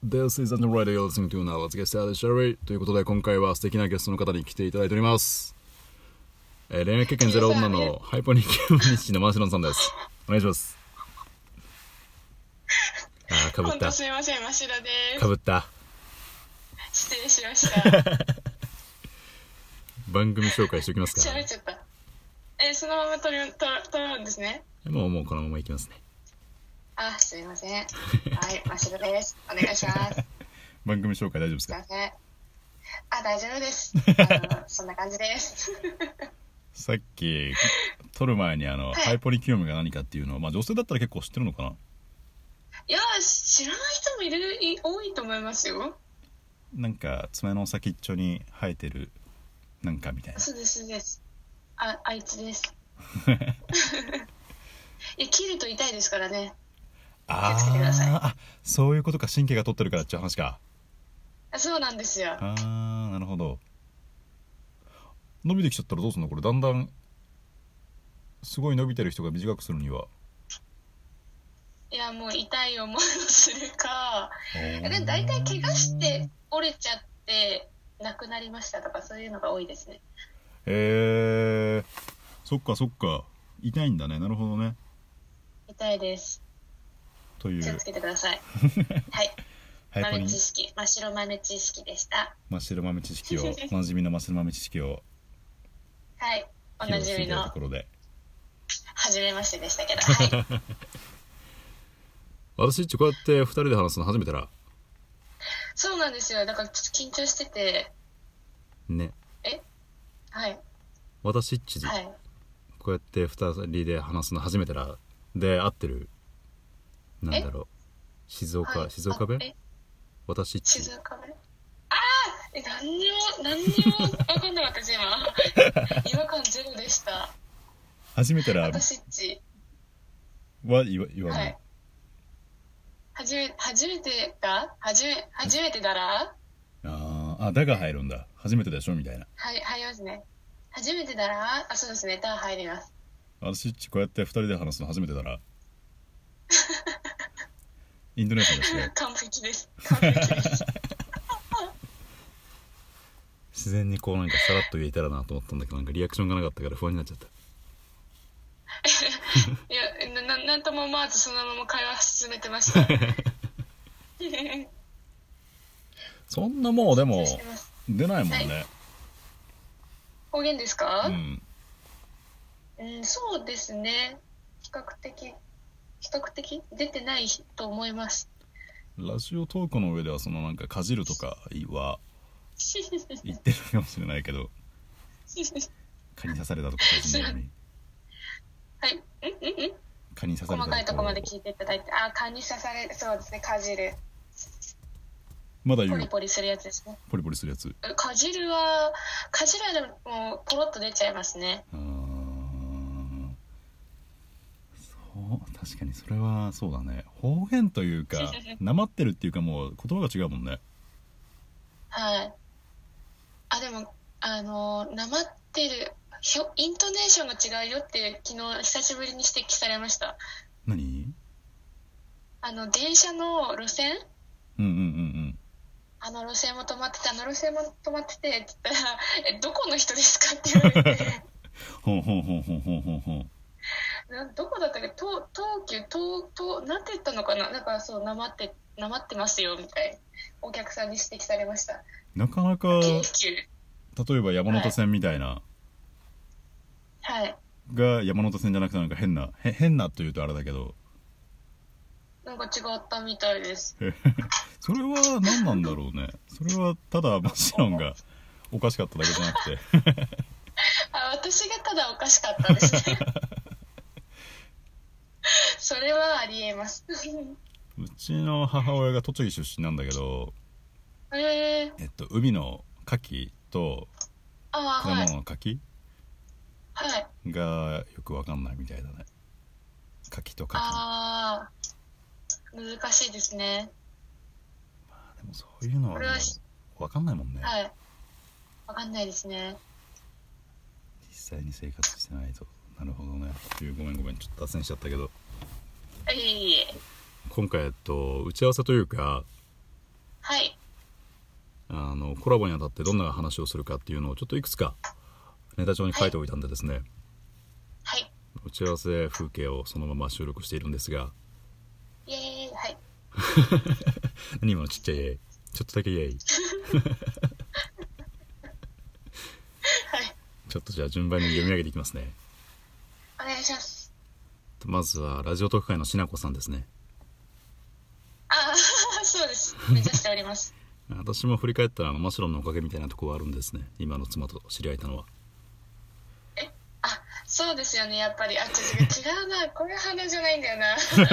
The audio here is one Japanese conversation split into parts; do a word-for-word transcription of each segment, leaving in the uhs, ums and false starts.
This is the radio you're listening to now. Let's get started, shall we? ということで今回は素敵なゲストの方に来ていただいております、えー、恋愛経験ゼロ女のハイポニキューニッシのマシロンさんです。お願いします。あー、かぶった。 すみません、マシロです。 かぶった。 失礼しました番組紹介しておきますか。 喋っちゃった。えー、そのまま撮る、撮る、撮るんですね。 もうもうこのままいきますね。 あ、すみません。はい、マシロです。お願いします。 番組紹介大丈夫ですか。 すみません。あ、大丈夫です。あのそんな感じですさっき撮る前にあの、はい、ハイポリキュームが何かっていうのを、まあ、女性だったら結構知ってるのかな。 いや、知らない人もいるい多いと思いますよ。 なんか爪の先っちょに生えてるなんかみたいな。 そうですそうです。あ、あいつですいや、切ると痛いですからね。 ああ、そういうことか。神経が取ってるからっていう話か。 そうなんですよ。 ああ、なるほど。伸びてきちゃったらどうするのこれ。だんだんすごい伸びてる人が短くするには。 いや、もう痛い思いをするか。でだいたい怪我して折れちゃって亡くなりましたとか、そういうのが多いですね。 へえー、そっかそっか。痛いんだね。なるほどね。 痛いです。という気をつけてくださいはい豆知識、真っ白豆知識でした。 真っ白豆知識をおなじみの真っ白豆知識をはい、おなじみのところで初めましてでしたけどはい私こうやってふたりで話すの初めてだ。 そうなんですよ。だからちょっと緊張しててね。 えはい私っちじ、はい、こうやってふたりで話すの初めてだ。で合ってる。なんだろう、静岡、はい、静岡弁。私っち静岡弁。ああ、え、何にも何にも分かんなかったです今違和感ゼロでした。 初めてだ。 私っちは言わ、言わない。はい、 初め初めてだ初め初めてだらああ、だが入るんだ。初めてでしょみたいな。 はい、入りますね。初めてだら、あ、そうですね、だ入ります。 私っちこうやってふたりで話すの初めてだらインドネシアですね。 完璧です。完璧です自然にこうなんかさらっと言えたらなと思ったんだけど、なんかリアクションがなかったから不安になっちゃったいや な, なんとも思わずそのまま会話進めてましたそんなもうでも出ないもんね、はい、 方言ですか。 うん、 うん、そうですね。比較的比較的出てないと思います。 ラジオトークの上ではそのなんかかじるとかは言ってるかもしれないけど蚊に刺されたとかかじるようにはいんんん蚊に刺された細かいところまで聞いていただいて、あ、蚊に刺される、そうですね、かじる。 まだ言う。 ポリポリするやつですね。 ポリポリするやつ。 かじるはかじるはでももうポロッと出ちゃいますね。 あ確かにそれはそうだね。方言というかなまってるっていうか、もう言葉が違うもんね。 はい。あ、でもあのなまってるイントネーションが違うよって昨日久しぶりに指摘されました。 何？ あの電車の路線、 うんうんうんうん、 あの路線も止まってて、あの路線も止まっててって言ったらえどこの人ですかって言われてほんほんほんほんほんほんほんなどこだったっけ、東東急東東なんて言ったのかな、なんかそうなまってなまってますよみたいなお客さんに指摘されました。 なかなか例えば山手線みたいな、 はい、はい、 が山手線じゃなくてなんか変なへ変なというとあれだけどなんか違ったみたいですそれは何なんだろうね。それはただマシロンがおかしかっただけじゃなくてあ、私がただおかしかったですねそれはありえますうちの母親が栃木出身なんだけど、 えー、 えっと海の牡蠣と果物の牡蠣、はい、がよくわかんないみたいだね。牡蠣と牡蠣。ああ、難しいですね。 まあでもそういうのはわかんないもんね。 はい、わかんないですね。 実際に生活してないと。なるほどね。ごめんごめん、ちょっと脱線しちゃったけど。 いえいえ。 今回えっと打ち合わせというかあのコラボにあたってどんな話をするかっていうのをちょっといくつかネタ帳に書いておいたんでですね、 はい、 打ち合わせ風景をそのまま収録しているんですが、 イエーイ、はい。 何今のちっちゃいイエイ、ちょっとだけイエイはい。 ちょっとじゃあ順番に読み上げていきますね。 お願いします。 まずはラジオ特会のしなこさんですね。 ああ、そうです。目指しております。 私も振り返ったらあのマシロンのおかげみたいなところはあるんですね。今の妻と知り合えたのは。 え、あ、そうですよね。やっぱり、あ、違う違うな。これ花じゃないんだよな。じ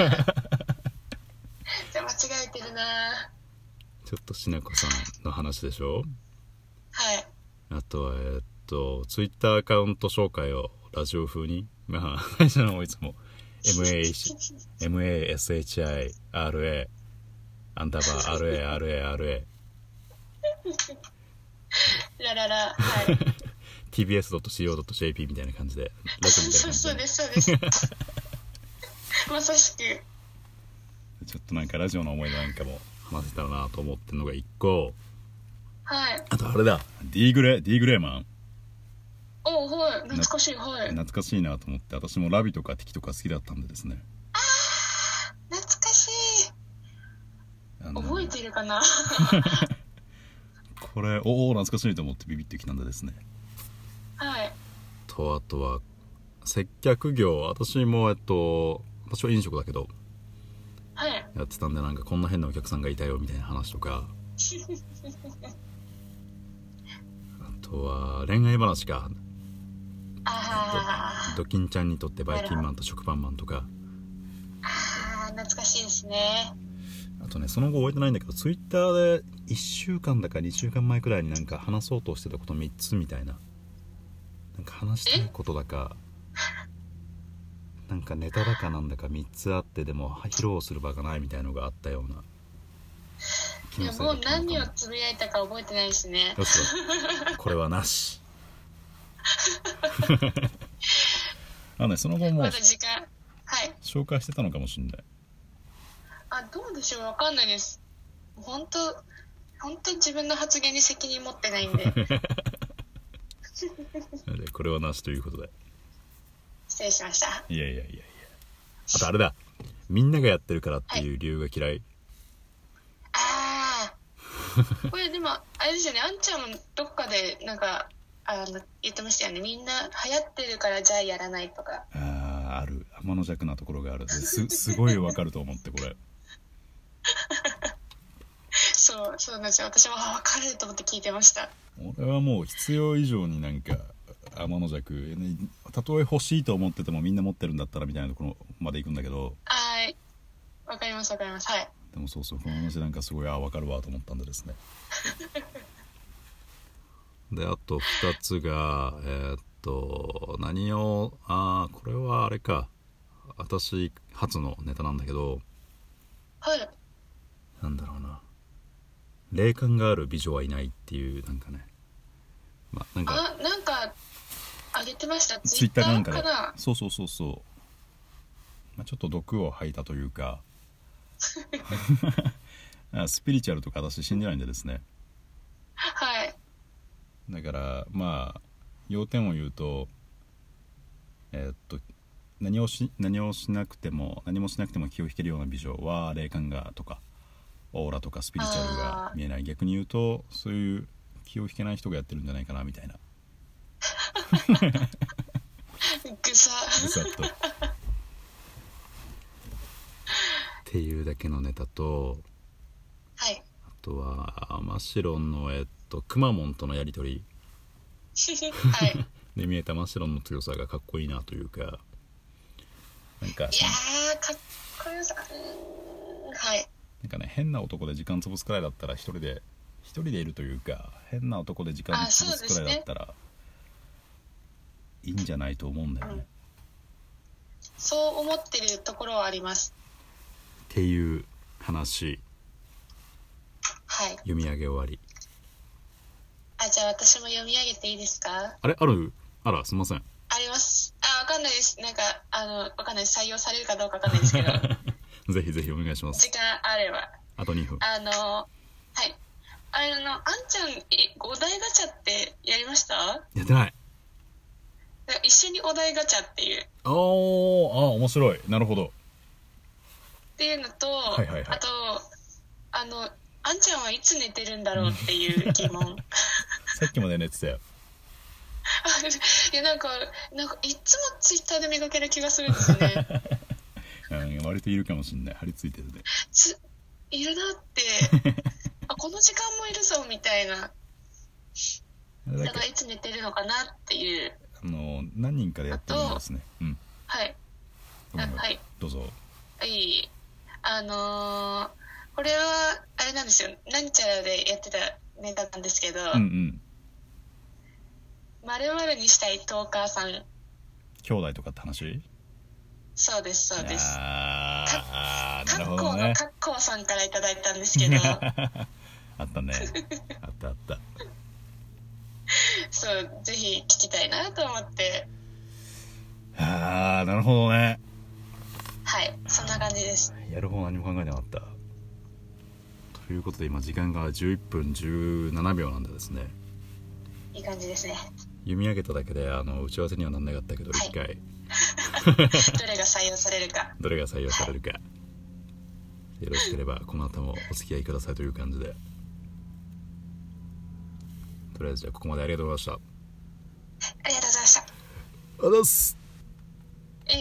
ゃあ間違えてるな。 ちょっとしなこさんの話でしょ。 はい。 あとはえー、っとツイッターアカウント紹介をラジオ風に、まあ最初のもいつも エムエーエスエイチアイアールエー アンダーバー アールエーアールエーアールエー ラララ、はい。 ティービーエスドットシーオードットジェーピー みたいな感じでラジオみたいな感じで、 そうですそうですまさしく。 ちょっとなんかラジオの思い出なんかも話せたらなと思ってるのがいっこ。 はい。 あとあれだ、 D グレー D グレーマン。 おお、はい、懐かしい。はい。 懐かしいなと思って、私もラビとかティキとか好きだったんでですね。 あー、懐かしい。覚えてるかなこれおお懐かしいと思ってビビってきたんでですね。 はい。 とあとは接客業、私もえっと私は飲食だけど、 はい、 やってたんで、なんかこんな変なお客さんがいたよみたいな話とかあとは恋愛話か。 あドキンちゃんにとってバイキンマンと食パンマンとか。 ああ、懐かしいですね。 あとね、その後覚えてないんだけど、ツイッターでいっしゅうかんだかにしゅうかんまえくらいになんか話そうとしてたことみっつみたいな、なんか話したいことだかなんかネタだかなんだかみっつあって、でも披露する場がないみたいのがあったような。 いや、もう何をつぶやいたか覚えてないですね。 よしこれはなしあのね、その後もまだ時間、はい、 紹介してたのかもしれない。 あ、どうでしょう、わかんないです。本当本当自分の発言に責任持ってないんでこれはなしということで失礼しました。 いやいやいやいや。あとあれだ、みんながやってるからっていう理由が嫌い、はい、 ああこれでもあれですよね、あんちゃんもどっかでなんかあの言ってましたよね。みんな流行ってるからじゃあやらないとか。 ああ、ある、天の弱なところがある。すすごいわかると思ってこれそうそうなんですよ。私も分かると思って聞いてました。 俺はもう必要以上になんか天の弱、ね、たとえ欲しいと思っててもみんな持ってるんだったらみたいなところまで行くんだけど。 はい、わかりますわかります。はい。 でもそうそう、この話なんかすごいあ分かるわと思ったんでですねで、あとふたつがえー、っと何を、ああこれはあれか、私初のネタなんだけど、 はい、 なんだろうな、霊感がある美女はいないっていう、なんかね、まあなんかあ、なんかあげてました、 ツイッターかなんかで。 かな。 そうそうそうそう、まあ、ちょっと毒を吐いたというかスピリチュアルとか私信じないんでですね。 はい。 だからまあ要点を言うと、えー、っと何をし何をしなくても何もしなくても気を引けるような美女は霊感がとかオーラとかスピリチュアルが見えない。逆に言うとそういう気を引けない人がやってるんじゃないかなみたいなぐさぐさっとっていうだけのネタと、 はい、 あとはマシロンのえっとくまモンとのやりとりはいで見えたマシロンの強さがかっこいいなというか、なんかいやーかっこよさ、うん、はい、 なんかね、変な男で時間潰すくらいだったら一人で一人でいるというか、変な男で時間潰すくらいだったらいいんじゃないと思うんだよね、うん、 そう思ってるところはありますっていう話。 はい、 読み上げ終わり。 あ、じゃあ私も読み上げていいですか。 あれある、あらすみません。 あります。あ、わかんないです。なんかあのわかんないです。採用されるかどうかわかんないですけどぜひぜひお願いします。 時間あれば。 あとにふん。 あのはい、 あのあんちゃんお題ガチャってやりました？ やってない。 一緒にお題ガチャっていう。 あーあー面白い。なるほど。 っていうのと、 はいはいはい、 あとあのあんちゃんはいつ寝てるんだろうっていう疑問さっきまで寝てたよ。 いやなんかなんかいつもツイッターで見かける気がするんですよねうん、割といるかもしんない。張り付いてるね。 ついるなってあこの時間もいるぞみたいな。だからいつ寝てるのかなっていう。 あの何人かでやってるんですね。うん。 はいあはいどうぞ。 はいあのー、これはあれなんですよ。なんちゃらでやってたネタなんですけど、うんうん、〇〇にしたいトーカーさん。兄弟とかって話？ そうですそうです。 あーなるほどね。カッコーのカッコーさんからいただいたんですけどあったねあったあったそうぜひ聞きたいなと思って。 あーなるほどね。 はいそんな感じです。 やる方何も考えなかった。ということで今時間がじゅういっぷんじゅうななびょうなんでですね、 いい感じですね。 読み上げただけであの打ち合わせにはなんなかったけど、はい、いっかいどれが採用されるかどれが採用されるか、はい、よろしければこの後もお付き合いくださいという感じで、とりあえずじゃあここまでありがとうございました。 ありがとうございました。 ありがとうございます。